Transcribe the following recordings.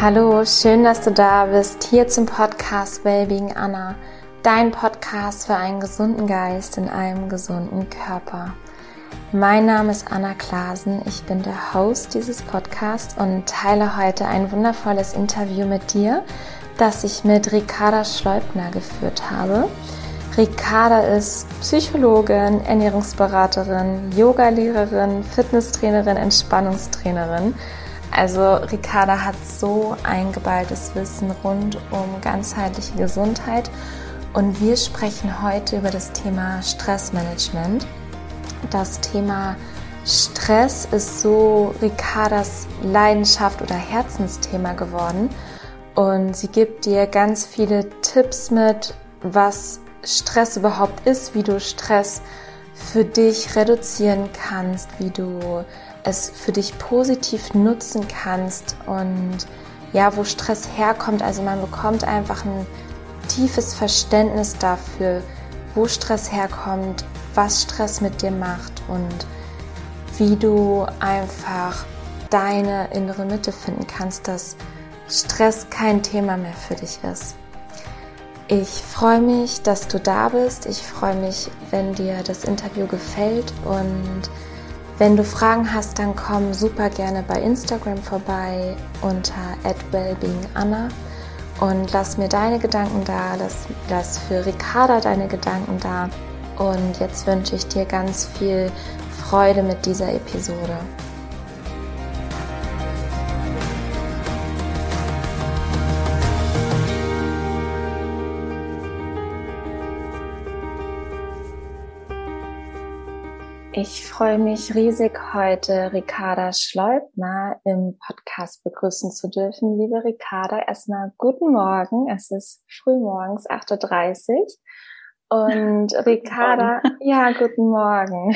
Hallo, schön, dass du da bist, hier zum Podcast Wellbeing Anna, dein Podcast für einen gesunden Geist in einem gesunden Körper. Mein Name ist Anna Klasen, ich bin der Host dieses Podcasts und teile heute ein wundervolles Interview mit dir, das ich mit Ricarda Schleubner geführt habe. Ricarda ist Psychologin, Ernährungsberaterin, Yogalehrerin, Fitnesstrainerin, Entspannungstrainerin. Also Ricarda hat so ein geballtes Wissen rund um ganzheitliche Gesundheit und wir sprechen heute über das Thema Stressmanagement. Das Thema Stress ist so Ricardas Leidenschaft oder Herzensthema geworden und sie gibt dir ganz viele Tipps mit, was Stress überhaupt ist, wie du Stress für dich reduzieren kannst, wie du es für dich positiv nutzen kannst und ja, wo Stress herkommt. Also man bekommt einfach ein tiefes Verständnis dafür, wo Stress herkommt, was Stress mit dir macht und wie du einfach deine innere Mitte finden kannst, dass Stress kein Thema mehr für dich ist. Ich freue mich, dass du da bist. Ich freue mich, wenn dir das Interview gefällt und wenn du Fragen hast, dann komm super gerne bei Instagram vorbei unter @wellbeinganna und lass mir deine Gedanken da, lass für Ricarda deine Gedanken da. Und jetzt wünsche ich dir ganz viel Freude mit dieser Episode. Ich freue mich riesig, heute Ricarda Schleubner im Podcast begrüßen zu dürfen. Liebe Ricarda, erstmal guten Morgen. Es ist frühmorgens 8:30 Uhr. Und Ricarda, ja, guten Morgen.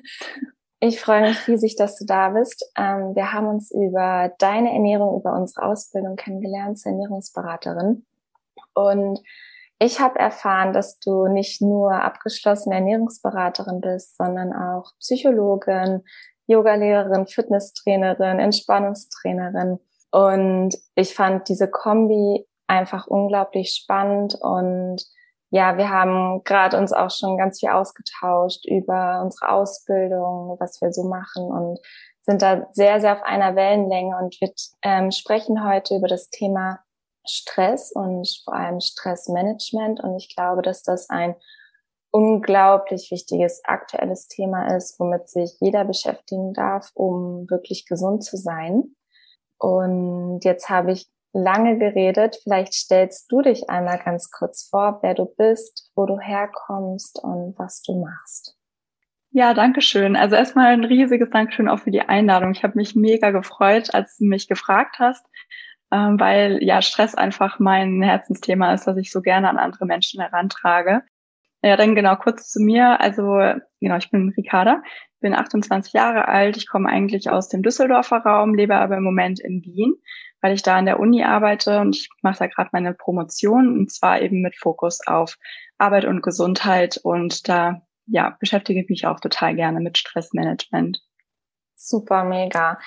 Ich freue mich riesig, dass du da bist. Wir haben uns über deine Ernährung, über unsere Ausbildung kennengelernt zur Ernährungsberaterin. Und ich habe erfahren, dass du nicht nur abgeschlossene Ernährungsberaterin bist, sondern auch Psychologin, Yogalehrerin, Fitnesstrainerin, Entspannungstrainerin. Und ich fand diese Kombi einfach unglaublich spannend. Und ja, wir haben gerade uns auch schon ganz viel ausgetauscht über unsere Ausbildung, was wir so machen und sind da sehr, sehr auf einer Wellenlänge. Und wir sprechen heute über das Thema Stress und vor allem Stressmanagement. Und ich glaube, dass das ein unglaublich wichtiges aktuelles Thema ist, womit sich jeder beschäftigen darf, um wirklich gesund zu sein. Und jetzt habe ich lange geredet. Vielleicht stellst du dich einmal ganz kurz vor, wer du bist, wo du herkommst und was du machst. Ja, danke schön. Also erstmal ein riesiges Dankeschön auch für die Einladung. Ich habe mich mega gefreut, als du mich gefragt hast, weil ja Stress einfach mein Herzensthema ist, das ich so gerne an andere Menschen herantrage. Ja, dann genau kurz zu mir. Also genau, ich bin Ricarda, bin 28 Jahre alt. Ich komme eigentlich aus dem Düsseldorfer Raum, lebe aber im Moment in Wien, weil ich da an der Uni arbeite und ich mache da gerade meine Promotion und zwar eben mit Fokus auf Arbeit und Gesundheit und da ja beschäftige ich mich auch total gerne mit Stressmanagement. Super, mega.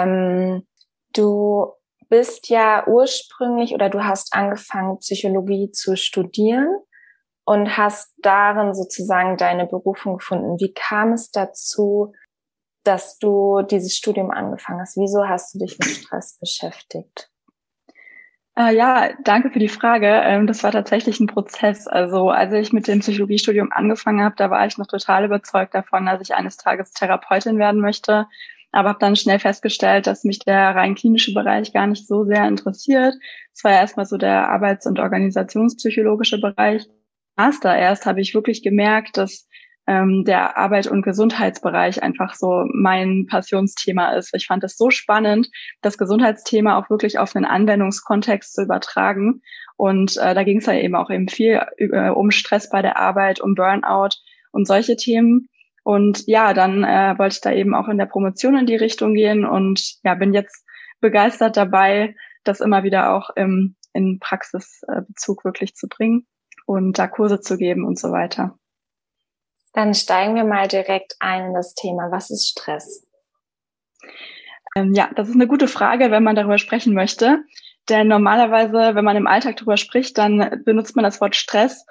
Du bist ja ursprünglich oder du hast angefangen, Psychologie zu studieren und hast darin sozusagen deine Berufung gefunden. Wie kam es dazu, dass du dieses Studium angefangen hast? Wieso hast du dich mit Stress beschäftigt? Ja, danke für die Frage. Das war tatsächlich ein Prozess. Also als ich mit dem Psychologiestudium angefangen habe, da war ich noch total überzeugt davon, dass ich eines Tages Therapeutin werden möchte. Aber habe dann schnell festgestellt, dass mich der rein klinische Bereich gar nicht so sehr interessiert. Es war erstmal so der arbeits- und organisationspsychologische Bereich. Erst habe ich wirklich gemerkt, dass der Arbeit- und Gesundheitsbereich einfach so mein Passionsthema ist. Ich fand es so spannend, das Gesundheitsthema auch wirklich auf einen Anwendungskontext zu übertragen. Und da ging es ja eben auch eben viel um Stress bei der Arbeit, um Burnout und solche Themen. Und ja, dann wollte ich da eben auch in der Promotion in die Richtung gehen und ja, bin jetzt begeistert dabei, das immer wieder auch in Praxisbezug wirklich zu bringen und da Kurse zu geben und so weiter. Dann steigen wir mal direkt ein in das Thema. Was ist Stress? Ja, das ist eine gute Frage, wenn man darüber sprechen möchte. Denn normalerweise, wenn man im Alltag drüber spricht, dann benutzt man das Wort Stress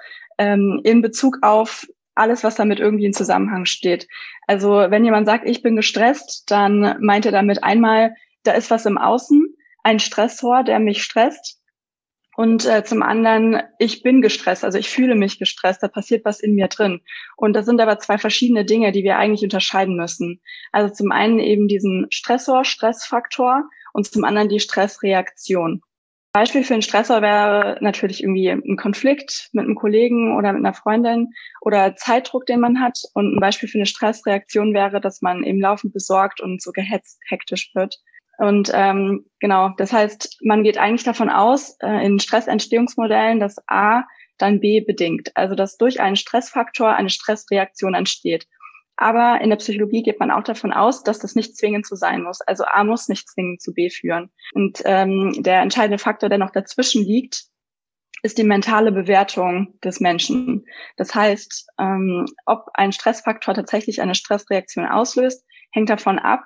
in Bezug auf alles, was damit irgendwie in Zusammenhang steht. Also wenn jemand sagt, ich bin gestresst, dann meint er damit einmal, da ist was im Außen, ein Stressor, der mich stresst. Und zum anderen, ich bin gestresst, also ich fühle mich gestresst, da passiert was in mir drin. Und das sind aber zwei verschiedene Dinge, die wir eigentlich unterscheiden müssen. Also zum einen eben diesen Stressor, Stressfaktor und zum anderen die Stressreaktion. Beispiel für einen Stressor wäre natürlich irgendwie ein Konflikt mit einem Kollegen oder mit einer Freundin oder Zeitdruck, den man hat. Und ein Beispiel für eine Stressreaktion wäre, dass man eben laufend besorgt und so gehetzt, hektisch wird. Und genau, das heißt, man geht eigentlich davon aus, in Stressentstehungsmodellen, dass A dann B bedingt. Also dass durch einen Stressfaktor eine Stressreaktion entsteht. Aber in der Psychologie geht man auch davon aus, dass das nicht zwingend so sein muss. Also A muss nicht zwingend zu B führen. Und der entscheidende Faktor, der noch dazwischen liegt, ist die mentale Bewertung des Menschen. Das heißt, ob ein Stressfaktor tatsächlich eine Stressreaktion auslöst, hängt davon ab,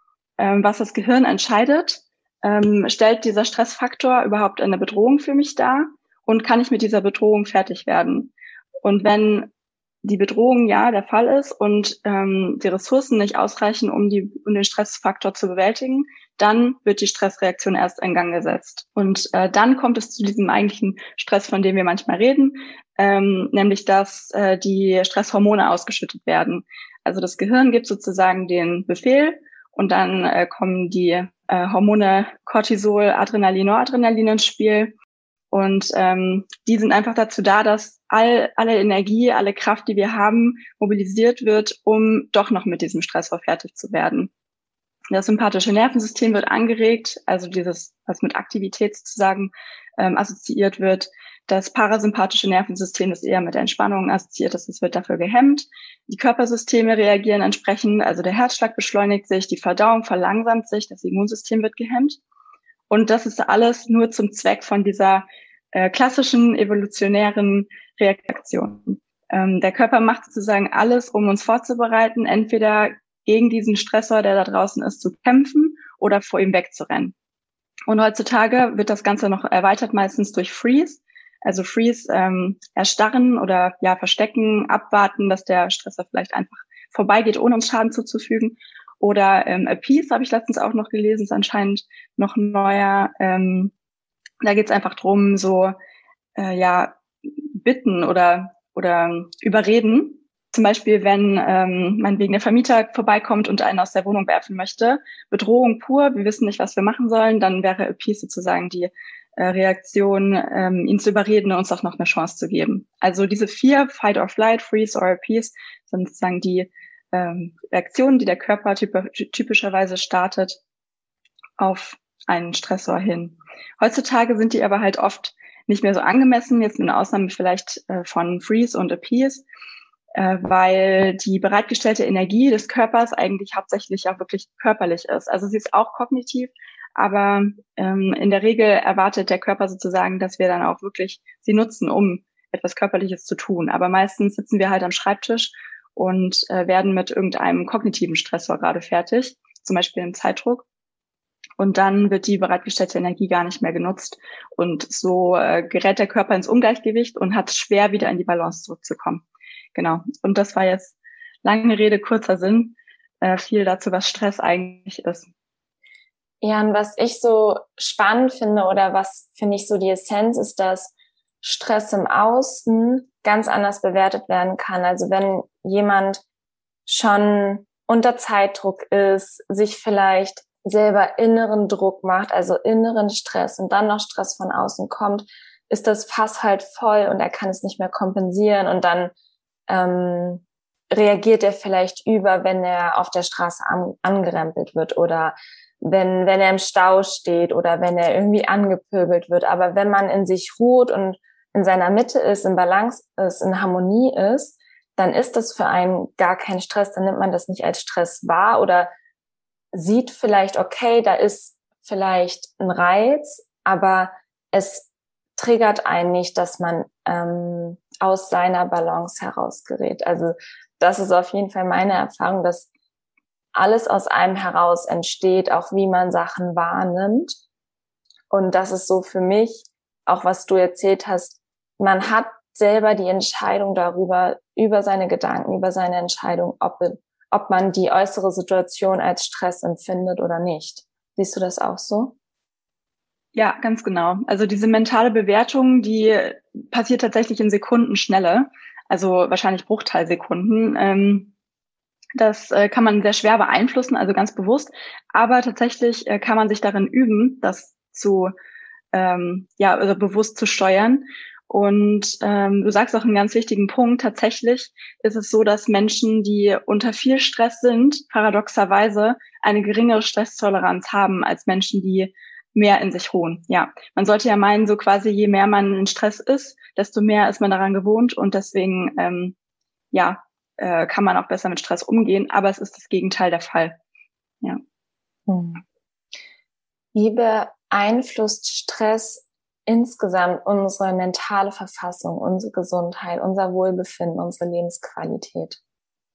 was das Gehirn entscheidet. Stellt dieser Stressfaktor überhaupt eine Bedrohung für mich dar? Und kann ich mit dieser Bedrohung fertig werden? Und wenn die Bedrohung ja der Fall ist und die Ressourcen nicht ausreichen, um den Stressfaktor zu bewältigen, dann wird die Stressreaktion erst in Gang gesetzt. Und dann kommt es zu diesem eigentlichen Stress, von dem wir manchmal reden, nämlich dass die Stresshormone ausgeschüttet werden. Also das Gehirn gibt sozusagen den Befehl und dann kommen die Hormone Cortisol, Adrenalin, Noradrenalin ins Spiel. Und die sind einfach dazu da, dass alle Energie, alle Kraft, die wir haben, mobilisiert wird, um doch noch mit diesem Stressor fertig zu werden. Das sympathische Nervensystem wird angeregt, also dieses, was mit Aktivität sozusagen assoziiert wird. Das parasympathische Nervensystem ist eher mit Entspannung assoziiert, das wird dafür gehemmt. Die Körpersysteme reagieren entsprechend, also der Herzschlag beschleunigt sich, die Verdauung verlangsamt sich, das Immunsystem wird gehemmt. Und das ist alles nur zum Zweck von dieser klassischen evolutionären Reaktion. Der Körper macht sozusagen alles, um uns vorzubereiten, entweder gegen diesen Stressor, der da draußen ist, zu kämpfen oder vor ihm wegzurennen. Und heutzutage wird das Ganze noch erweitert, meistens durch Freeze. Also Freeze, erstarren oder ja verstecken, abwarten, dass der Stressor vielleicht einfach vorbeigeht, ohne uns Schaden zuzufügen. Oder Appease habe ich letztens auch noch gelesen, ist anscheinend noch neuer. Da geht es einfach drum, so bitten oder überreden. Zum Beispiel, wenn meinetwegen der Vermieter vorbeikommt und einen aus der Wohnung werfen möchte, Bedrohung pur, wir wissen nicht, was wir machen sollen, dann wäre Appease sozusagen die Reaktion, ihn zu überreden und uns auch noch eine Chance zu geben. Also diese 4, Fight or Flight, Freeze or Appease, sind sozusagen die Reaktionen, die der Körper typischerweise startet auf einen Stressor hin. Heutzutage sind die aber halt oft nicht mehr so angemessen, jetzt mit einer Ausnahme vielleicht von Freeze und Appease, weil die bereitgestellte Energie des Körpers eigentlich hauptsächlich auch wirklich körperlich ist. Also sie ist auch kognitiv, aber in der Regel erwartet der Körper sozusagen, dass wir dann auch wirklich sie nutzen, um etwas Körperliches zu tun. Aber meistens sitzen wir halt am Schreibtisch und werden mit irgendeinem kognitiven Stressor gerade fertig, zum Beispiel im Zeitdruck. Und dann wird die bereitgestellte Energie gar nicht mehr genutzt. Und so gerät der Körper ins Ungleichgewicht und hat es schwer, wieder in die Balance zurückzukommen. Genau. Und das war jetzt lange Rede, kurzer Sinn. Viel dazu, was Stress eigentlich ist. Ja, und was ich so spannend finde oder was finde ich so die Essenz ist, dass Stress im Außen ganz anders bewertet werden kann. Also wenn jemand schon unter Zeitdruck ist, sich vielleicht selber inneren Druck macht, also inneren Stress und dann noch Stress von außen kommt, ist das Fass halt voll und er kann es nicht mehr kompensieren und dann reagiert er vielleicht über, wenn er auf der Straße angerempelt wird oder wenn er im Stau steht oder wenn er irgendwie angepöbelt wird. Aber wenn man in sich ruht und in seiner Mitte ist, in Balance ist, in Harmonie ist, dann ist das für einen gar kein Stress, dann nimmt man das nicht als Stress wahr oder sieht vielleicht, okay, da ist vielleicht ein Reiz, aber es triggert einen nicht, dass man aus seiner Balance herausgerät. Also das ist auf jeden Fall meine Erfahrung, dass alles aus einem heraus entsteht, auch wie man Sachen wahrnimmt. Und das ist so für mich, auch was du erzählt hast, man hat selber die Entscheidung darüber, über seine Gedanken, über seine Entscheidung, ob man die äußere Situation als Stress empfindet oder nicht. Siehst du das auch so? Ja, ganz genau. Also diese mentale Bewertung, die passiert tatsächlich in Sekundenschnelle, also wahrscheinlich Bruchteilsekunden. Das kann man sehr schwer beeinflussen, also ganz bewusst. Aber tatsächlich kann man sich darin üben, das also bewusst zu steuern. Und du sagst auch einen ganz wichtigen Punkt. Tatsächlich ist es so, dass Menschen, die unter viel Stress sind, paradoxerweise eine geringere Stresstoleranz haben als Menschen, die mehr in sich ruhen. Ja, man sollte ja meinen, so quasi je mehr man in Stress ist, desto mehr ist man daran gewohnt und deswegen kann man auch besser mit Stress umgehen. Aber es ist das Gegenteil der Fall. Ja. Wie beeinflusst Stress insgesamt unsere mentale Verfassung, unsere Gesundheit, unser Wohlbefinden, unsere Lebensqualität?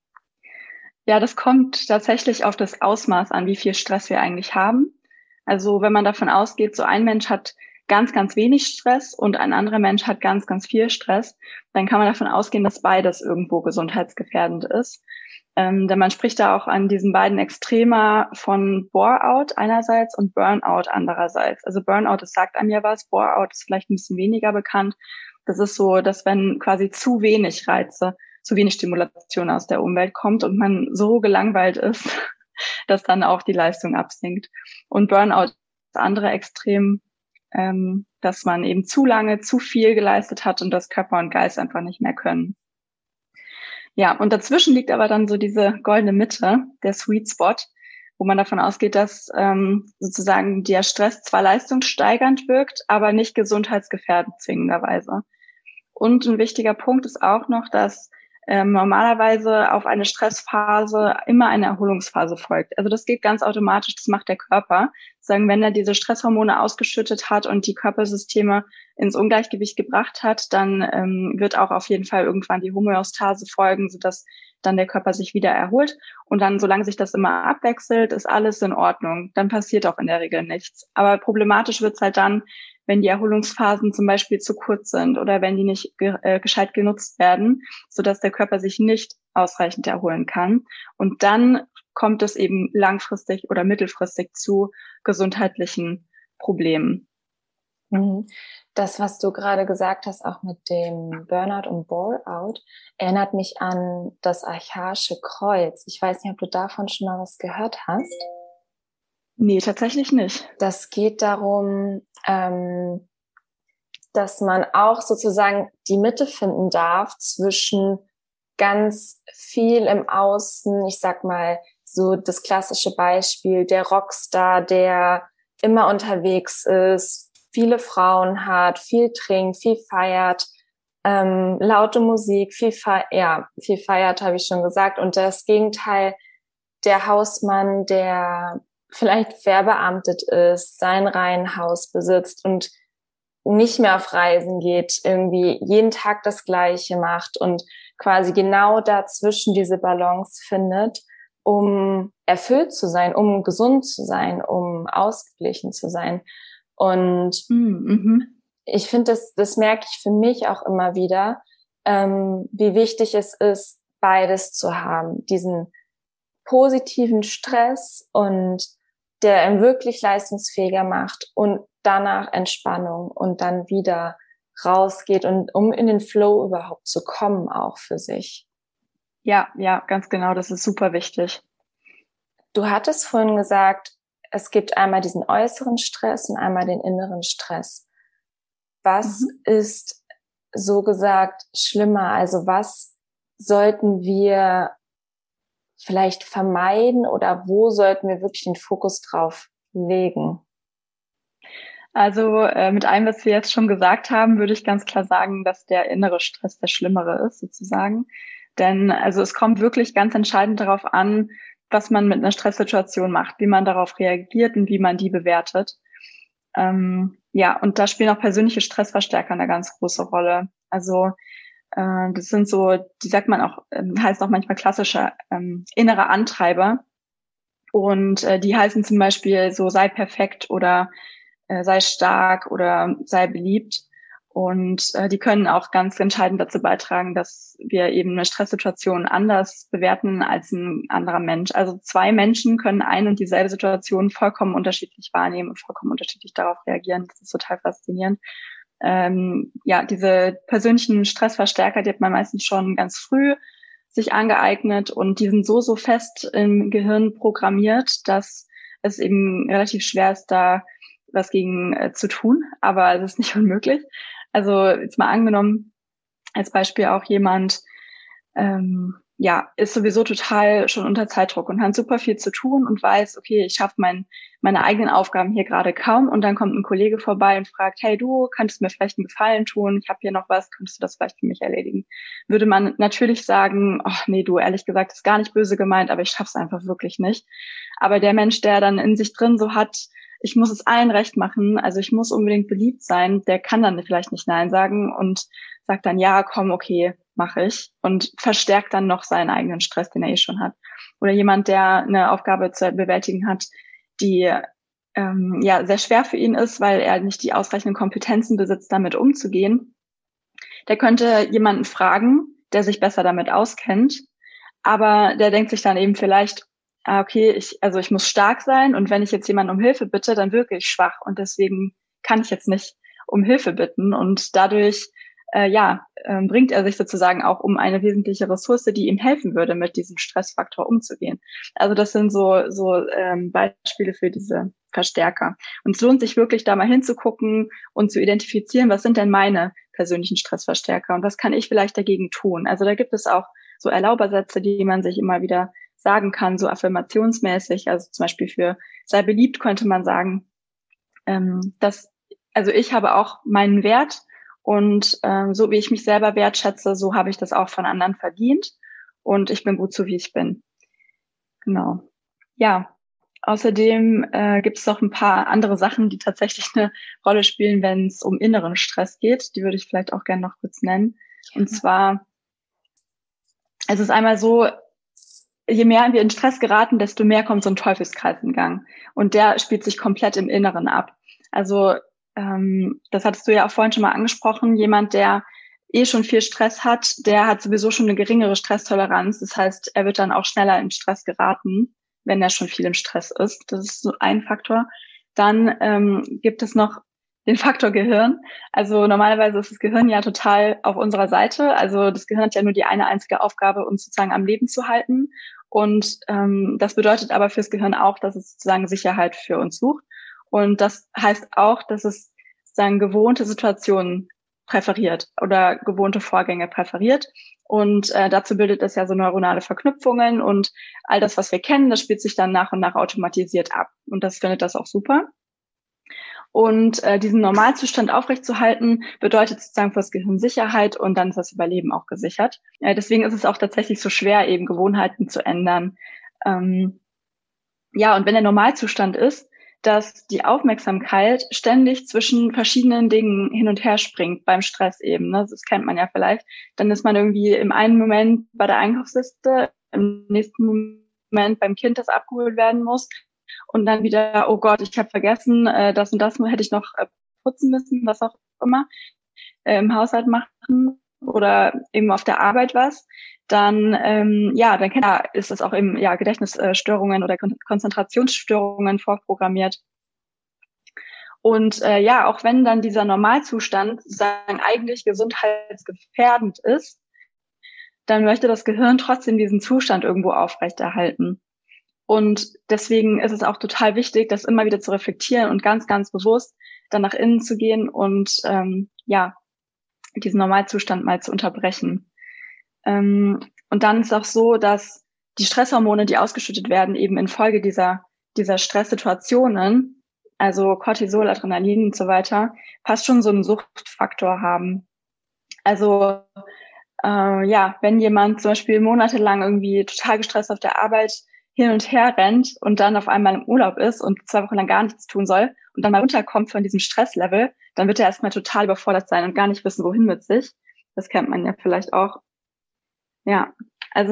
Ja, das kommt tatsächlich auf das Ausmaß an, wie viel Stress wir eigentlich haben. Also wenn man davon ausgeht, so ein Mensch hat ganz, ganz wenig Stress und ein anderer Mensch hat ganz, ganz viel Stress, dann kann man davon ausgehen, dass beides irgendwo gesundheitsgefährdend ist. Denn man spricht da auch an diesen beiden Extremer von Bore-out einerseits und Burnout andererseits. Also Burnout, das sagt einem ja was, Bore-out ist vielleicht ein bisschen weniger bekannt. Das ist so, dass wenn quasi zu wenig Reize, zu wenig Stimulation aus der Umwelt kommt und man so gelangweilt ist, dass dann auch die Leistung absinkt. Und Burnout ist das andere Extrem, dass man eben zu lange, zu viel geleistet hat und das Körper und Geist einfach nicht mehr können. Ja, und dazwischen liegt aber dann so diese goldene Mitte, der Sweet Spot, wo man davon ausgeht, dass sozusagen der Stress zwar leistungssteigernd wirkt, aber nicht gesundheitsgefährdend zwingenderweise. Und ein wichtiger Punkt ist auch noch, dass normalerweise auf eine Stressphase immer eine Erholungsphase folgt. Also das geht ganz automatisch, das macht der Körper. Sagen, wenn er diese Stresshormone ausgeschüttet hat und die Körpersysteme ins Ungleichgewicht gebracht hat, dann wird auch auf jeden Fall irgendwann die Homöostase folgen, sodass dann der Körper sich wieder erholt. Und dann, solange sich das immer abwechselt, ist alles in Ordnung. Dann passiert auch in der Regel nichts. Aber problematisch wird's halt dann, wenn die Erholungsphasen zum Beispiel zu kurz sind oder wenn die nicht gescheit genutzt werden, sodass der Körper sich nicht ausreichend erholen kann. Und dann kommt es eben langfristig oder mittelfristig zu gesundheitlichen Problemen. Das, was du gerade gesagt hast, auch mit dem Burnout und Bore-out, erinnert mich an das Archaische Kreuz. Ich weiß nicht, ob du davon schon mal was gehört hast. Nee, tatsächlich nicht. Das geht darum, dass man auch sozusagen die Mitte finden darf zwischen ganz viel im Außen, ich sag mal, so das klassische Beispiel, der Rockstar, der immer unterwegs ist, viele Frauen hat, viel trinkt, viel feiert, laute Musik, viel feiert, habe ich schon gesagt. Und das Gegenteil, der Hausmann, der vielleicht verbeamtet ist, sein Reihenhaus besitzt und nicht mehr auf Reisen geht, irgendwie jeden Tag das Gleiche macht und quasi genau dazwischen diese Balance findet, um erfüllt zu sein, um gesund zu sein, um ausgeglichen zu sein. Und ich finde, das merke ich für mich auch immer wieder, wie wichtig es ist, beides zu haben. Diesen positiven Stress und der ihn wirklich leistungsfähiger macht und danach Entspannung und dann wieder rausgeht und um in den Flow überhaupt zu kommen, auch für sich. Ja, ganz genau, das ist super wichtig. Du hattest vorhin gesagt, es gibt einmal diesen äußeren Stress und einmal den inneren Stress. Was ist so gesagt schlimmer? Also was sollten wir vielleicht vermeiden oder wo sollten wir wirklich den Fokus drauf legen? Also mit allem, was wir jetzt schon gesagt haben, würde ich ganz klar sagen, dass der innere Stress der schlimmere ist, sozusagen. Denn also es kommt wirklich ganz entscheidend darauf an, was man mit einer Stresssituation macht, wie man darauf reagiert und wie man die bewertet. Und da spielen auch persönliche Stressverstärker eine ganz große Rolle. Also das sind so, die sagt man auch, heißt auch manchmal klassische innere Antreiber. Und die heißen zum Beispiel so, sei perfekt oder sei stark oder sei beliebt. Und die können auch ganz entscheidend dazu beitragen, dass wir eben eine Stresssituation anders bewerten als ein anderer Mensch. Also 2 Menschen können ein und dieselbe Situation vollkommen unterschiedlich wahrnehmen und vollkommen unterschiedlich darauf reagieren. Das ist total faszinierend. Diese persönlichen Stressverstärker, die hat man meistens schon ganz früh sich angeeignet und die sind so fest im Gehirn programmiert, dass es eben relativ schwer ist, da was gegen zu tun, aber es ist nicht unmöglich. Also jetzt mal angenommen, als Beispiel auch jemand, ist sowieso total schon unter Zeitdruck und hat super viel zu tun und weiß, okay, ich schaffe meine eigenen Aufgaben hier gerade kaum und dann kommt ein Kollege vorbei und fragt, hey du, könntest du mir vielleicht einen Gefallen tun? Ich habe hier noch was, könntest du das vielleicht für mich erledigen? Würde man natürlich sagen, ach nee, du, ehrlich gesagt, ist gar nicht böse gemeint, aber ich schaff's einfach wirklich nicht. Aber der Mensch, der dann in sich drin so hat, ich muss es allen recht machen, also ich muss unbedingt beliebt sein, der kann dann vielleicht nicht Nein sagen und sagt dann, ja, komm, okay, mache ich und verstärkt dann noch seinen eigenen Stress, den er eh schon hat. Oder jemand, der eine Aufgabe zu bewältigen hat, die sehr schwer für ihn ist, weil er nicht die ausreichenden Kompetenzen besitzt, damit umzugehen, der könnte jemanden fragen, der sich besser damit auskennt, aber der denkt sich dann eben vielleicht, okay, ich muss stark sein und wenn ich jetzt jemanden um Hilfe bitte, dann wirke ich schwach und deswegen kann ich jetzt nicht um Hilfe bitten und dadurch bringt er sich sozusagen auch um eine wesentliche Ressource, die ihm helfen würde, mit diesem Stressfaktor umzugehen. Also das sind so Beispiele für diese Verstärker. Und es lohnt sich wirklich, da mal hinzugucken und zu identifizieren, was sind denn meine persönlichen Stressverstärker und was kann ich vielleicht dagegen tun. Also da gibt es auch so Erlaubersätze, die man sich immer wieder sagen kann, so affirmationsmäßig. Also zum Beispiel für sei beliebt könnte man sagen, ich habe auch meinen Wert und so wie ich mich selber wertschätze, so habe ich das auch von anderen verdient und ich bin gut so, wie ich bin. Genau. Ja, außerdem gibt es noch ein paar andere Sachen, die tatsächlich eine Rolle spielen, wenn es um inneren Stress geht. Die würde ich vielleicht auch gerne noch kurz nennen. Ja. Und zwar, es ist einmal so, je mehr wir in Stress geraten, desto mehr kommt so ein Teufelskreis in Gang. Und der spielt sich komplett im Inneren ab. Also das hattest du ja auch vorhin schon mal angesprochen, jemand, der schon viel Stress hat, der hat sowieso schon eine geringere Stresstoleranz. Das heißt, er wird dann auch schneller in Stress geraten, wenn er schon viel im Stress ist. Das ist so ein Faktor. Dann gibt es noch den Faktor Gehirn. Also normalerweise ist das Gehirn ja total auf unserer Seite. Also das Gehirn hat ja nur die eine einzige Aufgabe, uns sozusagen am Leben zu halten. Und das bedeutet aber fürs Gehirn auch, dass es sozusagen Sicherheit für uns sucht. Und das heißt auch, dass es sozusagen gewohnte Situationen präferiert oder gewohnte Vorgänge präferiert. Und dazu bildet es ja so neuronale Verknüpfungen und all das, was wir kennen, das spielt sich dann nach und nach automatisiert ab. Und das findet das auch super. Und diesen Normalzustand aufrechtzuerhalten, bedeutet sozusagen fürs Gehirn Sicherheit und dann ist das Überleben auch gesichert. Deswegen ist es auch tatsächlich so schwer, eben Gewohnheiten zu ändern. Und wenn der Normalzustand ist, dass die Aufmerksamkeit ständig zwischen verschiedenen Dingen hin und her springt beim Stress eben. Ne? Das kennt man ja vielleicht. Dann ist man irgendwie im einen Moment bei der Einkaufsliste, im nächsten Moment beim Kind, das abgeholt werden muss. Und dann wieder, oh Gott, ich habe vergessen, das und das hätte ich noch putzen müssen, was auch immer, im Haushalt machen oder eben auf der Arbeit was. Dann ist das auch eben Gedächtnisstörungen oder Konzentrationsstörungen vorprogrammiert. Und auch wenn dann dieser Normalzustand sozusagen eigentlich gesundheitsgefährdend ist, dann möchte das Gehirn trotzdem diesen Zustand irgendwo aufrechterhalten. Und deswegen ist es auch total wichtig, das immer wieder zu reflektieren und ganz, ganz bewusst dann nach innen zu gehen und diesen Normalzustand mal zu unterbrechen. Und dann ist auch so, dass die Stresshormone, die ausgeschüttet werden, eben infolge dieser Stresssituationen, also Cortisol, Adrenalin und so weiter, fast schon so einen Suchtfaktor haben. Also wenn jemand zum Beispiel monatelang irgendwie total gestresst auf der Arbeit hin und her rennt und dann auf einmal im Urlaub ist und 2 Wochen lang gar nichts tun soll und dann mal runterkommt von diesem Stresslevel, dann wird er erstmal total überfordert sein und gar nicht wissen, wohin mit sich. Das kennt man ja vielleicht auch. Ja, also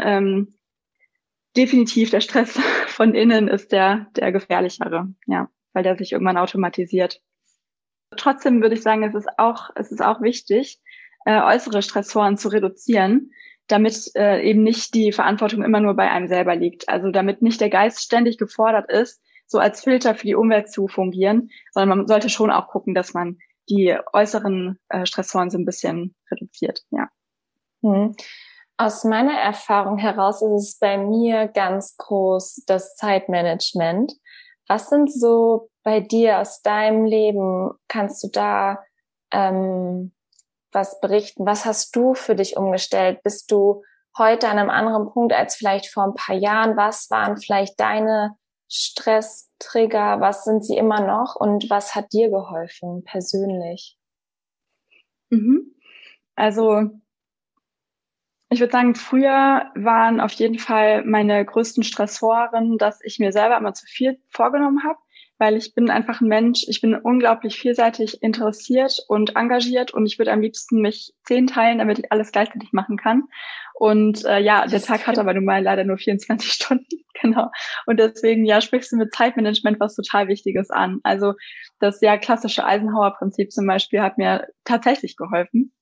insofern definitiv der Stress von innen ist der gefährlichere, ja. weil der sich irgendwann automatisiert. Trotzdem würde ich sagen, es ist auch wichtig, äußere Stressoren zu reduzieren, damit eben nicht die Verantwortung immer nur bei einem selber liegt. Also damit nicht der Geist ständig gefordert ist, so als Filter für die Umwelt zu fungieren, sondern man sollte schon auch gucken, dass man die äußeren Stressoren so ein bisschen reduziert, ja. Aus meiner Erfahrung heraus ist es bei mir ganz groß das Zeitmanagement. Was sind so bei dir aus deinem Leben? Kannst du da was berichten? Was hast du für dich umgestellt? Bist du heute an einem anderen Punkt als vielleicht vor ein paar Jahren? Was waren vielleicht deine Stresstrigger? Was sind sie immer noch? Und was hat dir geholfen persönlich? Also ich würde sagen, früher waren auf jeden Fall meine größten Stressoren, dass ich mir selber immer zu viel vorgenommen habe, weil ich bin einfach ein Mensch, ich bin unglaublich vielseitig interessiert und engagiert und ich würde am liebsten mich 10 teilen, damit ich alles gleichzeitig machen kann. Und ja, der Tag hat aber nun mal leider nur 24 Stunden, genau. Und deswegen, ja, sprichst du mit Zeitmanagement was total Wichtiges an. Also das ja klassische Eisenhower-Prinzip zum Beispiel hat mir tatsächlich geholfen.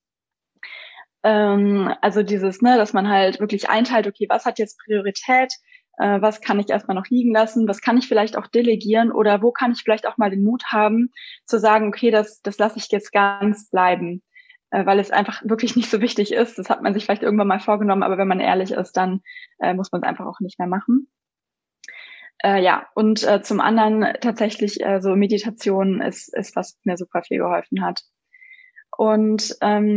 Also dieses, dass man halt wirklich einteilt, okay, was hat jetzt Priorität, was kann ich erstmal noch liegen lassen, was kann ich vielleicht auch delegieren oder wo kann ich vielleicht auch mal den Mut haben, zu sagen, okay, das lasse ich jetzt ganz bleiben, weil es einfach wirklich nicht so wichtig ist. Das hat man sich vielleicht irgendwann mal vorgenommen, aber wenn man ehrlich ist, dann muss man es einfach auch nicht mehr machen. Ja, und zum anderen tatsächlich so Meditation ist was mir super viel geholfen hat. Und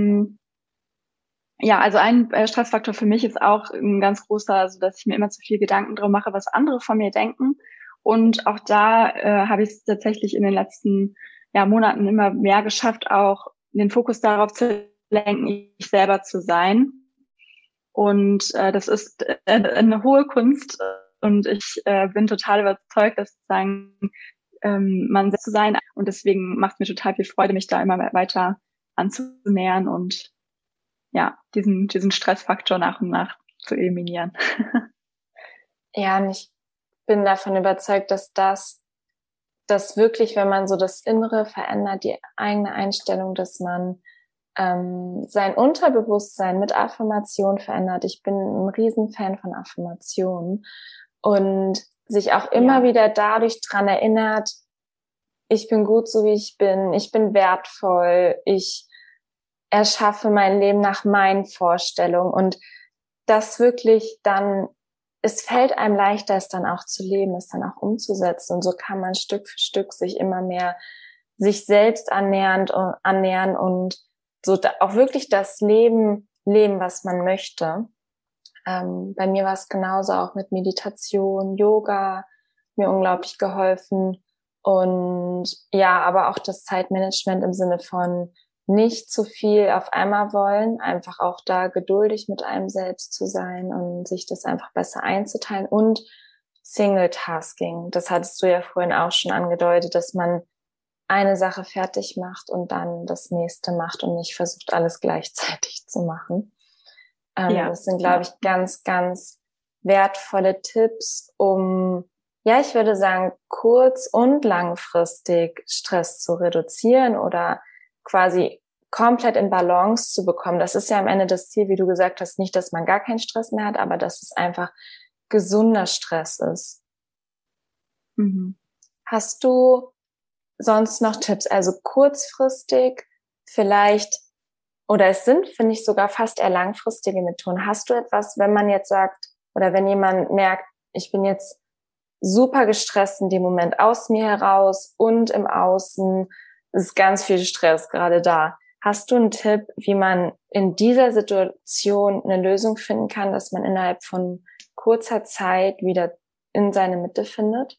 ja, also ein Stressfaktor für mich ist auch ein ganz großer, also dass ich mir immer zu viel Gedanken drum mache, was andere von mir denken. Und auch da habe ich es tatsächlich in den letzten Monaten immer mehr geschafft, auch den Fokus darauf zu lenken, ich selber zu sein. Und das ist eine hohe Kunst. Und ich bin total überzeugt, dass sozusagen man selbst zu sein. Und deswegen macht es mir total viel Freude, mich da immer weiter anzunähern und ja, diesen Stressfaktor nach und nach zu eliminieren. Ja, und ich bin davon überzeugt, dass das wirklich, wenn man so das Innere verändert, die eigene Einstellung, dass man sein Unterbewusstsein mit Affirmation verändert. Ich bin ein Riesenfan von Affirmationen und sich auch immer wieder dadurch dran erinnert, ich bin gut so wie ich bin wertvoll, ich erschaffe mein Leben nach meinen Vorstellungen und das wirklich dann, es fällt einem leichter, es dann auch zu leben, es dann auch umzusetzen und so kann man Stück für Stück sich immer mehr sich selbst annähern und so auch wirklich das Leben, was man möchte. Bei mir war es genauso auch mit Meditation, Yoga, mir unglaublich geholfen und ja, aber auch das Zeitmanagement im Sinne von nicht zu viel auf einmal wollen, einfach auch da geduldig mit einem selbst zu sein und sich das einfach besser einzuteilen und Single-Tasking. Das hattest du ja vorhin auch schon angedeutet, dass man eine Sache fertig macht und dann das nächste macht und nicht versucht, alles gleichzeitig zu machen. Das sind, glaube ich, ganz, ganz wertvolle Tipps, um, ich würde sagen, kurz- und langfristig Stress zu reduzieren oder quasi komplett in Balance zu bekommen. Das ist ja am Ende das Ziel, wie du gesagt hast, nicht, dass man gar keinen Stress mehr hat, aber dass es einfach gesunder Stress ist. Hast du sonst noch Tipps? Also kurzfristig vielleicht, oder es sind, finde ich, sogar fast eher langfristige Methoden. Hast du etwas, wenn man jetzt sagt, oder wenn jemand merkt, ich bin jetzt super gestresst in dem Moment aus mir heraus und im Außen, ist ganz viel Stress gerade da. Hast du einen Tipp, wie man in dieser Situation eine Lösung finden kann, dass man innerhalb von kurzer Zeit wieder in seine Mitte findet?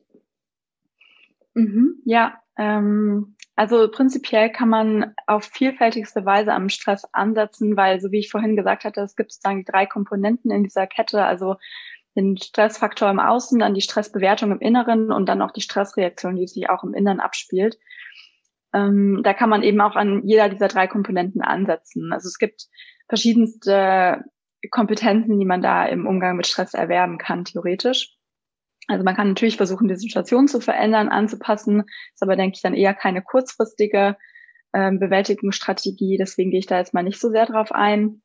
Ja, also prinzipiell kann man auf vielfältigste Weise am Stress ansetzen, weil, so wie ich vorhin gesagt hatte, es gibt sozusagen die 3 Komponenten in dieser Kette, also den Stressfaktor im Außen, dann die Stressbewertung im Inneren und dann auch die Stressreaktion, die sich auch im Inneren abspielt. Da kann man eben auch an jeder dieser 3 Komponenten ansetzen. Also es gibt verschiedenste Kompetenzen, die man da im Umgang mit Stress erwerben kann, theoretisch. Also man kann natürlich versuchen, die Situation zu verändern, anzupassen, ist aber, denke ich, dann eher keine kurzfristige Bewältigungsstrategie. Deswegen gehe ich da jetzt mal nicht so sehr drauf ein.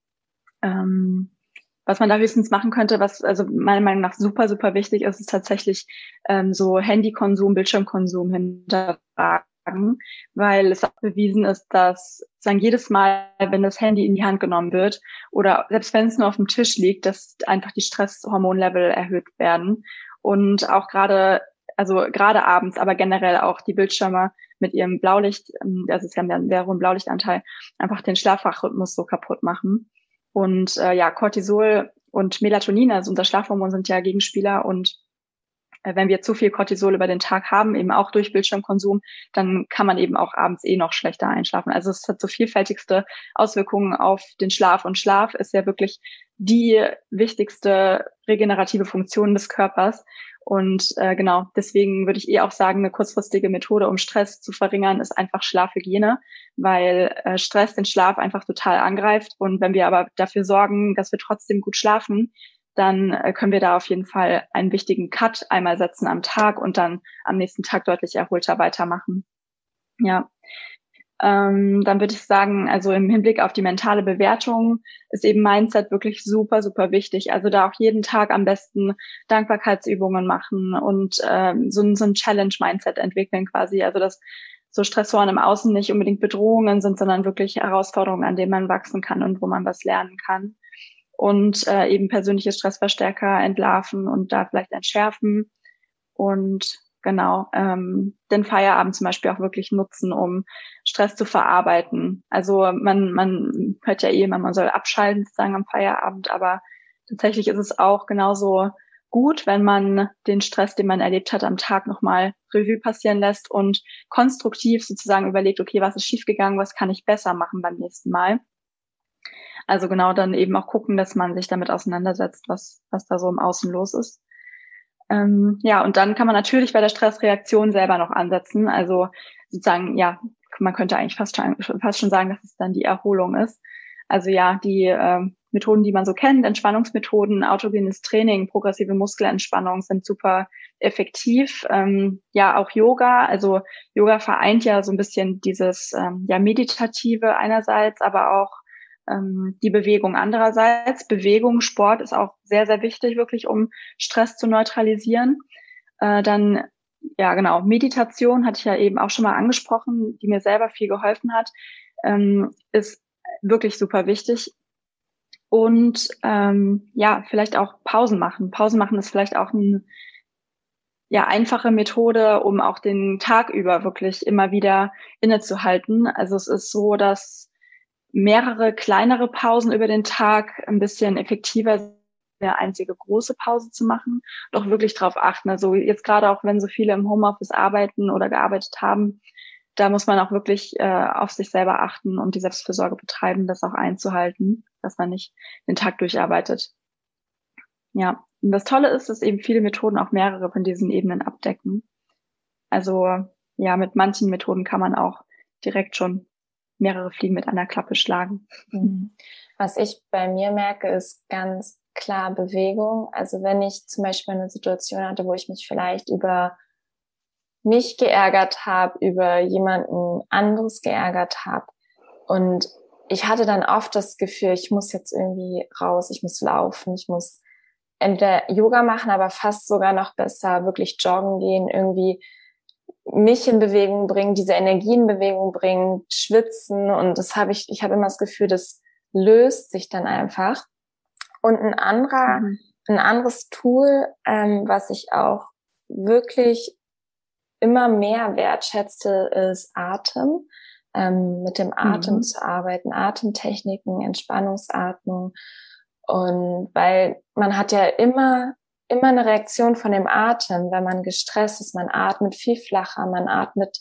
Was man da höchstens machen könnte, was also meiner Meinung nach super, super wichtig ist, ist tatsächlich so Handykonsum, Bildschirmkonsum hinterfragen, weil es auch bewiesen ist, dass sagen jedes Mal, wenn das Handy in die Hand genommen wird oder selbst wenn es nur auf dem Tisch liegt, dass einfach die Stresshormonlevel erhöht werden und auch gerade abends, aber generell auch die Bildschirme mit ihrem Blaulicht, also sie haben ja einen sehr hohen Blaulichtanteil, einfach den Schlafwachrhythmus so kaputt machen. Und Cortisol und Melatonin, also unser Schlafhormon, sind ja Gegenspieler. Und wenn wir zu viel Cortisol über den Tag haben, eben auch durch Bildschirmkonsum, dann kann man eben auch abends noch schlechter einschlafen. Also es hat so vielfältigste Auswirkungen auf den Schlaf. Und Schlaf ist ja wirklich die wichtigste regenerative Funktion des Körpers. Und genau, deswegen würde ich auch sagen, eine kurzfristige Methode, um Stress zu verringern, ist einfach Schlafhygiene, weil Stress den Schlaf einfach total angreift. Und wenn wir aber dafür sorgen, dass wir trotzdem gut schlafen, dann können wir da auf jeden Fall einen wichtigen Cut einmal setzen am Tag und dann am nächsten Tag deutlich erholter weitermachen. Ja. Dann würde ich sagen, also im Hinblick auf die mentale Bewertung ist eben Mindset wirklich super, super wichtig. Also da auch jeden Tag am besten Dankbarkeitsübungen machen und so ein Challenge-Mindset entwickeln quasi. Also dass so Stressoren im Außen nicht unbedingt Bedrohungen sind, sondern wirklich Herausforderungen, an denen man wachsen kann und wo man was lernen kann. Und eben persönliche Stressverstärker entlarven und da vielleicht entschärfen. Und genau, den Feierabend zum Beispiel auch wirklich nutzen, um Stress zu verarbeiten. Also man hört ja man soll abschalten sozusagen am Feierabend, aber tatsächlich ist es auch genauso gut, wenn man den Stress, den man erlebt hat, am Tag nochmal Revue passieren lässt und konstruktiv sozusagen überlegt, okay, was ist schiefgegangen, was kann ich besser machen beim nächsten Mal. Also genau dann eben auch gucken, dass man sich damit auseinandersetzt, was da so im Außen los ist. Und dann kann man natürlich bei der Stressreaktion selber noch ansetzen. Also sozusagen, ja, man könnte eigentlich fast schon sagen, dass es dann die Erholung ist. Also ja, die Methoden, die man so kennt, Entspannungsmethoden, autogenes Training, progressive Muskelentspannung sind super effektiv. Auch Yoga. Also Yoga vereint ja so ein bisschen dieses Meditative einerseits, aber auch die Bewegung andererseits. Bewegung, Sport ist auch sehr, sehr wichtig, wirklich, um Stress zu neutralisieren. Dann, ja genau, Meditation hatte ich ja eben auch schon mal angesprochen, die mir selber viel geholfen hat, ist wirklich super wichtig. Und vielleicht auch Pausen machen. Pausen machen ist vielleicht auch eine einfache Methode, um auch den Tag über wirklich immer wieder innezuhalten. Also es ist so, dass mehrere kleinere Pausen über den Tag ein bisschen effektiver sind, eine einzige große Pause zu machen, doch wirklich darauf achten. Also jetzt gerade auch, wenn so viele im Homeoffice arbeiten oder gearbeitet haben, da muss man auch wirklich auf sich selber achten und die Selbstfürsorge betreiben, das auch einzuhalten, dass man nicht den Tag durcharbeitet. Ja, und das Tolle ist, dass eben viele Methoden auch mehrere von diesen Ebenen abdecken. Also ja, mit manchen Methoden kann man auch direkt schon mehrere Fliegen mit einer Klappe schlagen. Was ich bei mir merke, ist ganz klar Bewegung. Also wenn ich zum Beispiel eine Situation hatte, wo ich mich vielleicht über mich geärgert habe, über jemanden anderes geärgert habe und ich hatte dann oft das Gefühl, ich muss jetzt irgendwie raus, ich muss laufen, ich muss entweder Yoga machen, aber fast sogar noch besser wirklich joggen gehen, irgendwie mich in Bewegung bringen, diese Energie in Bewegung bringen, schwitzen, und ich habe immer das Gefühl, das löst sich dann einfach. Und ein anderes Tool, was ich auch wirklich immer mehr wertschätze, ist Atem. Mit dem Atem zu arbeiten, Atemtechniken, Entspannungsatmung. Und weil man hat ja immer eine Reaktion von dem Atem, wenn man gestresst ist. Man atmet viel flacher, man atmet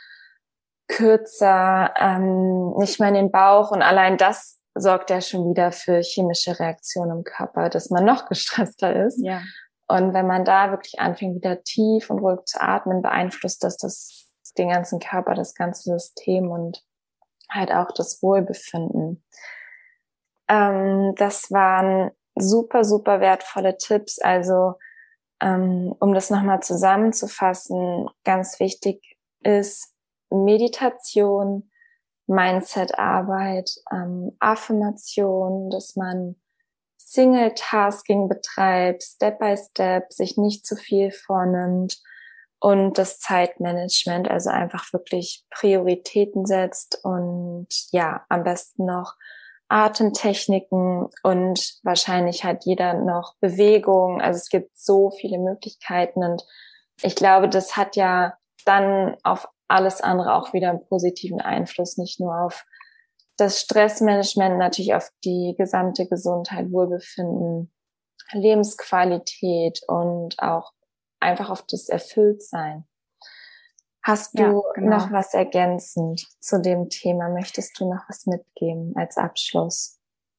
kürzer, nicht mehr in den Bauch, und allein das sorgt ja schon wieder für chemische Reaktionen im Körper, dass man noch gestresster ist. Ja. Und wenn man da wirklich anfängt, wieder tief und ruhig zu atmen, beeinflusst das den ganzen Körper, das ganze System und halt auch das Wohlbefinden. Das waren super, super wertvolle Tipps. Also Um das nochmal zusammenzufassen, ganz wichtig ist Meditation, Mindset-Arbeit, Affirmation, dass man Single-Tasking betreibt, Step by Step, sich nicht zu viel vornimmt und das Zeitmanagement, also einfach wirklich Prioritäten setzt und ja, am besten noch Atemtechniken und wahrscheinlich hat jeder noch Bewegung. Also es gibt so viele Möglichkeiten und ich glaube, das hat ja dann auf alles andere auch wieder einen positiven Einfluss, nicht nur auf das Stressmanagement, natürlich auf die gesamte Gesundheit, Wohlbefinden, Lebensqualität und auch einfach auf das Erfülltsein. Hast du noch was ergänzend zu dem Thema? Möchtest du noch was mitgeben als Abschluss?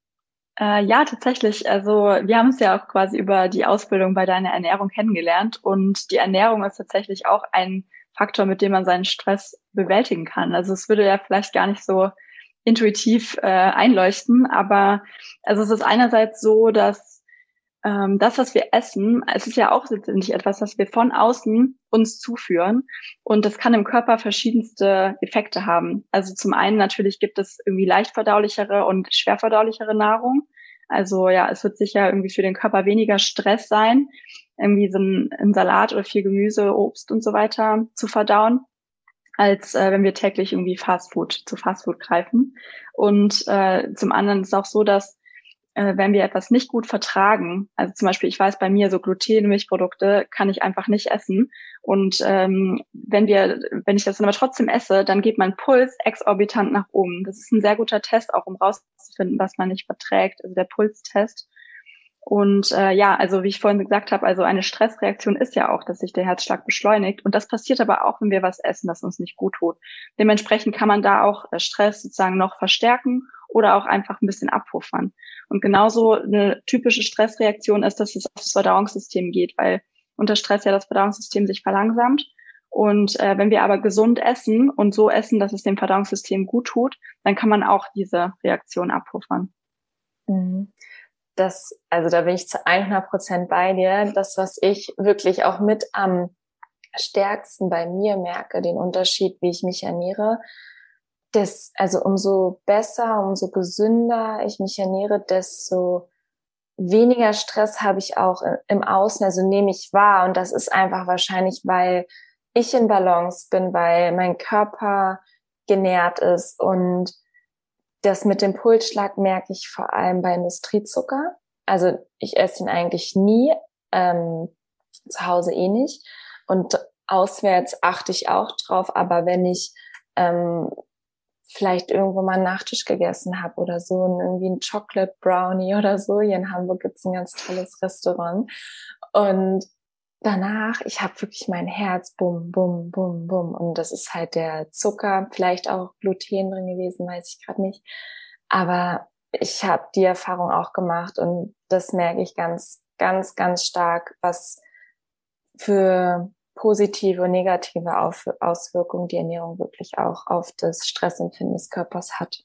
Ja, tatsächlich. Also wir haben uns ja auch quasi über die Ausbildung bei deiner Ernährung kennengelernt und die Ernährung ist tatsächlich auch ein Faktor, mit dem man seinen Stress bewältigen kann. Also es würde ja vielleicht gar nicht so intuitiv einleuchten, aber also es ist einerseits so, dass das, was wir essen, es ist ja auch letztendlich etwas, was wir von außen uns zuführen und das kann im Körper verschiedenste Effekte haben. Also zum einen natürlich gibt es irgendwie leicht verdaulichere und schwer verdaulichere Nahrung. Also ja, es wird sicher irgendwie für den Körper weniger Stress sein, irgendwie so ein Salat oder viel Gemüse, Obst und so weiter zu verdauen, als wenn wir täglich irgendwie zu Fastfood greifen. Und zum anderen ist es auch so, dass wenn wir etwas nicht gut vertragen, also zum Beispiel, ich weiß bei mir, so Gluten, Milchprodukte kann ich einfach nicht essen. Und wenn ich das dann aber trotzdem esse, dann geht mein Puls exorbitant nach oben. Das ist ein sehr guter Test, auch um rauszufinden, was man nicht verträgt, also der Pulstest. Und ja, also wie ich vorhin gesagt habe, also eine Stressreaktion ist ja auch, dass sich der Herzschlag beschleunigt. Und das passiert aber auch, wenn wir was essen, das uns nicht gut tut. Dementsprechend kann man da auch Stress sozusagen noch verstärken oder auch einfach ein bisschen abpuffern. Und genauso eine typische Stressreaktion ist, dass es aufs Verdauungssystem geht, weil unter Stress ja das Verdauungssystem sich verlangsamt. Und wenn wir aber gesund essen und so essen, dass es dem Verdauungssystem gut tut, dann kann man auch diese Reaktion abpuffern. Also da bin ich zu 100% bei dir. Das, was ich wirklich auch mit am stärksten bei mir merke, den Unterschied, wie ich mich ernähre, also umso besser, umso gesünder ich mich ernähre, desto weniger Stress habe ich auch im Außen, also nehme ich wahr. Und das ist einfach wahrscheinlich, weil ich in Balance bin, weil mein Körper genährt ist. Und das mit dem Pulsschlag merke ich vor allem bei Industriezucker. Also ich esse ihn eigentlich nie, zu Hause eh nicht. Und auswärts achte ich auch drauf. Aber wenn ich vielleicht irgendwo mal einen Nachtisch gegessen habe oder so, irgendwie ein Chocolate Brownie oder so. Hier in Hamburg gibt's ein ganz tolles Restaurant. Und danach, ich habe wirklich mein Herz, bum, bum, bum, bum. Und das ist halt der Zucker, vielleicht auch Gluten drin gewesen, weiß ich gerade nicht. Aber ich habe die Erfahrung auch gemacht und das merke ich ganz, ganz, ganz stark, was für positive und negative Auswirkungen die Ernährung wirklich auch auf das Stressempfinden des Körpers hat.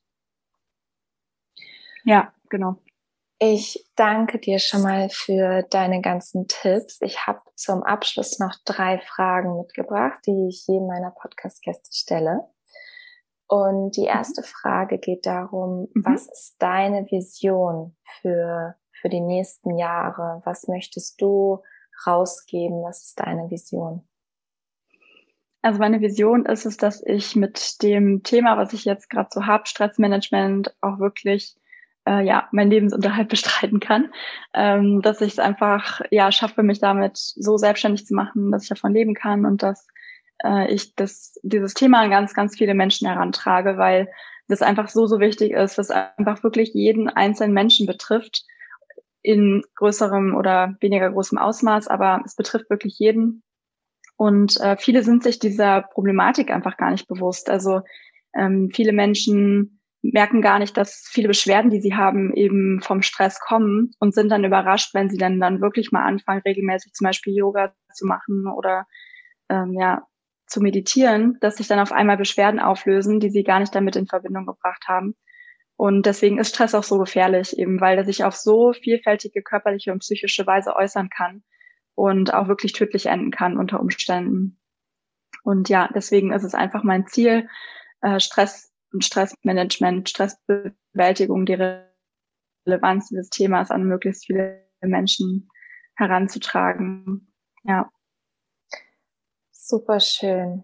Ja, genau. Ich danke dir schon mal für deine ganzen Tipps. Ich habe zum Abschluss noch 3 Fragen mitgebracht, die ich jedem meiner Podcast-Gäste stelle. Und die erste Frage geht darum, was ist deine Vision für die nächsten Jahre? Was möchtest du rausgeben? Was ist deine Vision? Also meine Vision ist es, dass ich mit dem Thema, was ich jetzt gerade so habe, Stressmanagement, auch wirklich meinen Lebensunterhalt bestreiten kann. Dass ich es einfach schaffe, mich damit so selbstständig zu machen, dass ich davon leben kann und dass ich dieses Thema an ganz, ganz viele Menschen herantrage, weil das einfach so wichtig ist, dass einfach wirklich jeden einzelnen Menschen betrifft, in größerem oder weniger großem Ausmaß, aber es betrifft wirklich jeden. Und viele sind sich dieser Problematik einfach gar nicht bewusst. Also viele Menschen merken gar nicht, dass viele Beschwerden, die sie haben, eben vom Stress kommen und sind dann überrascht, wenn sie dann wirklich mal anfangen, regelmäßig zum Beispiel Yoga zu machen oder zu meditieren, dass sich dann auf einmal Beschwerden auflösen, die sie gar nicht damit in Verbindung gebracht haben. Und deswegen ist Stress auch so gefährlich, eben weil er sich auf so vielfältige körperliche und psychische Weise äußern kann. und auch wirklich tödlich enden kann unter Umständen. Und ja, deswegen ist es einfach mein Ziel, Stress und Stressmanagement, Stressbewältigung, die Relevanz dieses Themas an möglichst viele Menschen heranzutragen. Ja. Super schön.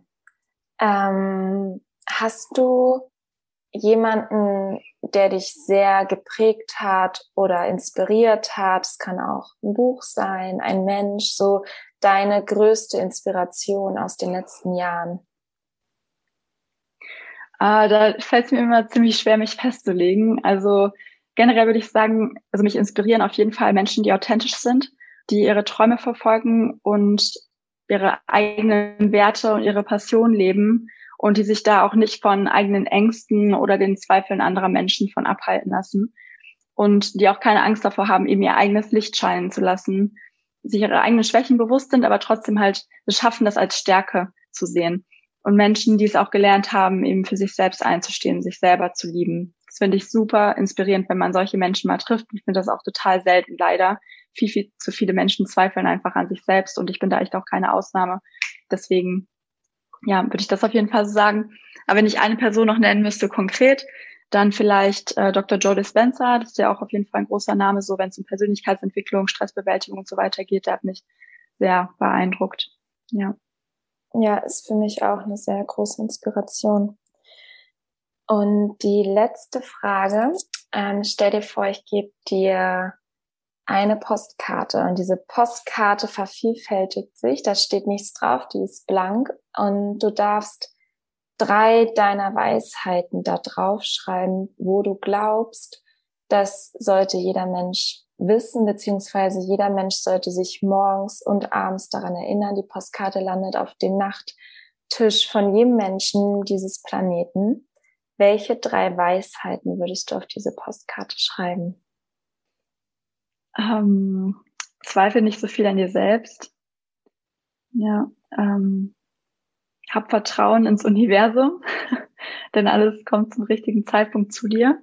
Hast du jemanden, der dich sehr geprägt hat oder inspiriert hat? Es kann auch ein Buch sein, ein Mensch, so deine größte Inspiration aus den letzten Jahren? Da fällt es mir immer ziemlich schwer, mich festzulegen. Also generell würde ich sagen, also mich inspirieren auf jeden Fall Menschen, die authentisch sind, die ihre Träume verfolgen und ihre eigenen Werte und ihre Passion leben und die sich da auch nicht von eigenen Ängsten oder den Zweifeln anderer Menschen von abhalten lassen und die auch keine Angst davor haben, eben ihr eigenes Licht scheinen zu lassen, sich ihre eigenen Schwächen bewusst sind, aber trotzdem halt es schaffen, das als Stärke zu sehen. Und Menschen, die es auch gelernt haben, eben für sich selbst einzustehen, sich selber zu lieben. Das finde ich super inspirierend, wenn man solche Menschen mal trifft. Ich finde das auch total selten, leider. Viel zu viele Menschen zweifeln einfach an sich selbst und ich bin da echt auch keine Ausnahme. Deswegen, ja, würde ich das auf jeden Fall so sagen. Aber wenn ich eine Person noch nennen müsste konkret, dann vielleicht Dr. Joe Dispenza. Das ist ja auch auf jeden Fall ein großer Name, so wenn es um Persönlichkeitsentwicklung, Stressbewältigung und so weiter geht. Der hat mich sehr beeindruckt. Ja. Ja, ist für mich auch eine sehr große Inspiration. Und die letzte Frage, stell dir vor, ich gebe dir eine Postkarte und diese Postkarte vervielfältigt sich, da steht nichts drauf, die ist blank und du darfst 3 deiner Weisheiten da drauf schreiben, wo du glaubst, das sollte jeder Mensch wissen, beziehungsweise jeder Mensch sollte sich morgens und abends daran erinnern. Die Postkarte landet auf dem Nachttisch von jedem Menschen dieses Planeten. Welche 3 Weisheiten würdest du auf diese Postkarte schreiben? Zweifle nicht so viel an dir selbst. Ja, hab Vertrauen ins Universum, denn alles kommt zum richtigen Zeitpunkt zu dir.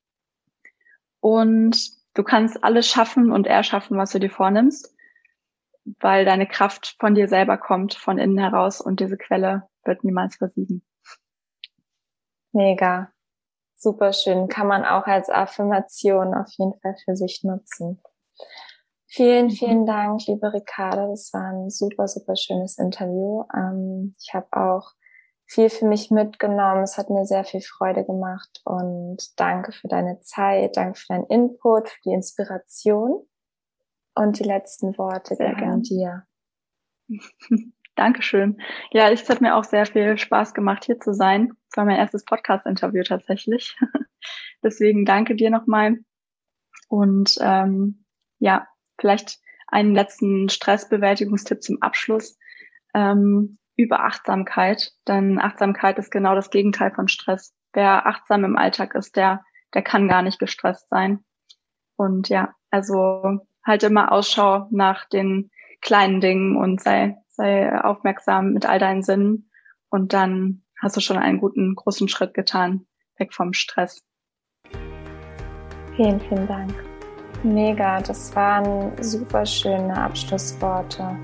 Und du kannst alles schaffen und erschaffen, was du dir vornimmst, weil deine Kraft von dir selber kommt, von innen heraus und diese Quelle wird niemals versiegen. Mega, super schön. Kann man auch als Affirmation auf jeden Fall für sich nutzen. Vielen, vielen Dank, liebe Ricarda. Das war ein super, super schönes Interview. Ich habe auch viel für mich mitgenommen. Es hat mir sehr viel Freude gemacht und danke für deine Zeit, danke für deinen Input, für die Inspiration und die letzten Worte an dir. Dankeschön. Ja, es hat mir auch sehr viel Spaß gemacht, hier zu sein. Es war mein erstes Podcast-Interview tatsächlich. Deswegen danke dir nochmal. Und ja, vielleicht einen letzten Stressbewältigungstipp zum Abschluss. Über Achtsamkeit, denn Achtsamkeit ist genau das Gegenteil von Stress. Wer achtsam im Alltag ist, der kann gar nicht gestresst sein. Und ja, also halt immer Ausschau nach den kleinen Dingen und sei aufmerksam mit all deinen Sinnen und dann hast du schon einen guten, großen Schritt getan, weg vom Stress. Vielen, vielen Dank. Mega, das waren super schöne Abschlussworte.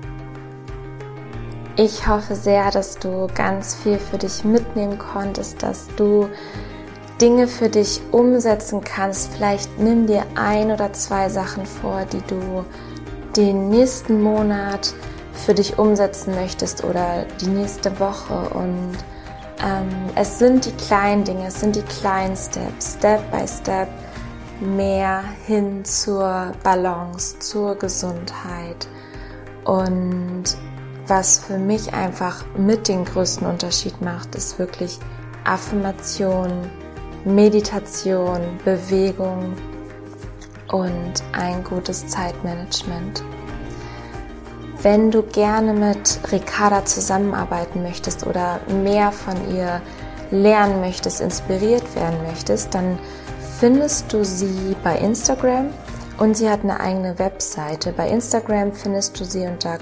Ich hoffe sehr, dass du ganz viel für dich mitnehmen konntest, dass du Dinge für dich umsetzen kannst. Vielleicht nimm dir 1 oder 2 Sachen vor, die du den nächsten Monat für dich umsetzen möchtest oder die nächste Woche. Und es sind die kleinen Dinge, es sind die kleinen Steps, Step by Step, mehr hin zur Balance, zur Gesundheit. Und was für mich einfach mit den größten Unterschied macht, ist wirklich Affirmation, Meditation, Bewegung und ein gutes Zeitmanagement. Wenn du gerne mit Ricarda zusammenarbeiten möchtest oder mehr von ihr lernen möchtest, inspiriert werden möchtest, dann findest du sie bei Instagram und sie hat eine eigene Webseite. Bei Instagram findest du sie unter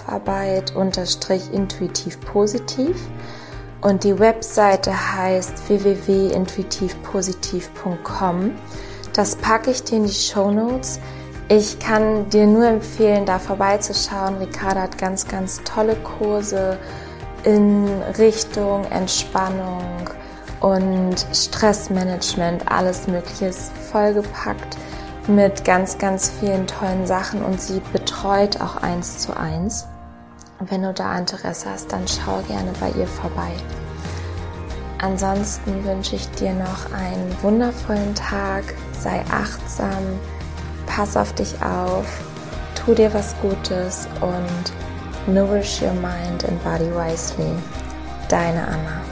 Kopfarbeit_intuitiv-positiv und die Webseite heißt www.intuitivpositiv.com. Das packe ich dir in die Shownotes. Ich kann dir nur empfehlen, da vorbeizuschauen. Ricarda hat ganz, ganz tolle Kurse in Richtung Entspannung und Stressmanagement, alles Mögliche ist vollgepackt mit ganz, ganz vielen tollen Sachen und sie betreut auch 1:1. Und wenn du da Interesse hast, dann schau gerne bei ihr vorbei. Ansonsten wünsche ich dir noch einen wundervollen Tag, sei achtsam, pass auf dich auf, tu dir was Gutes und nourish your mind and body wisely. Deine Anna.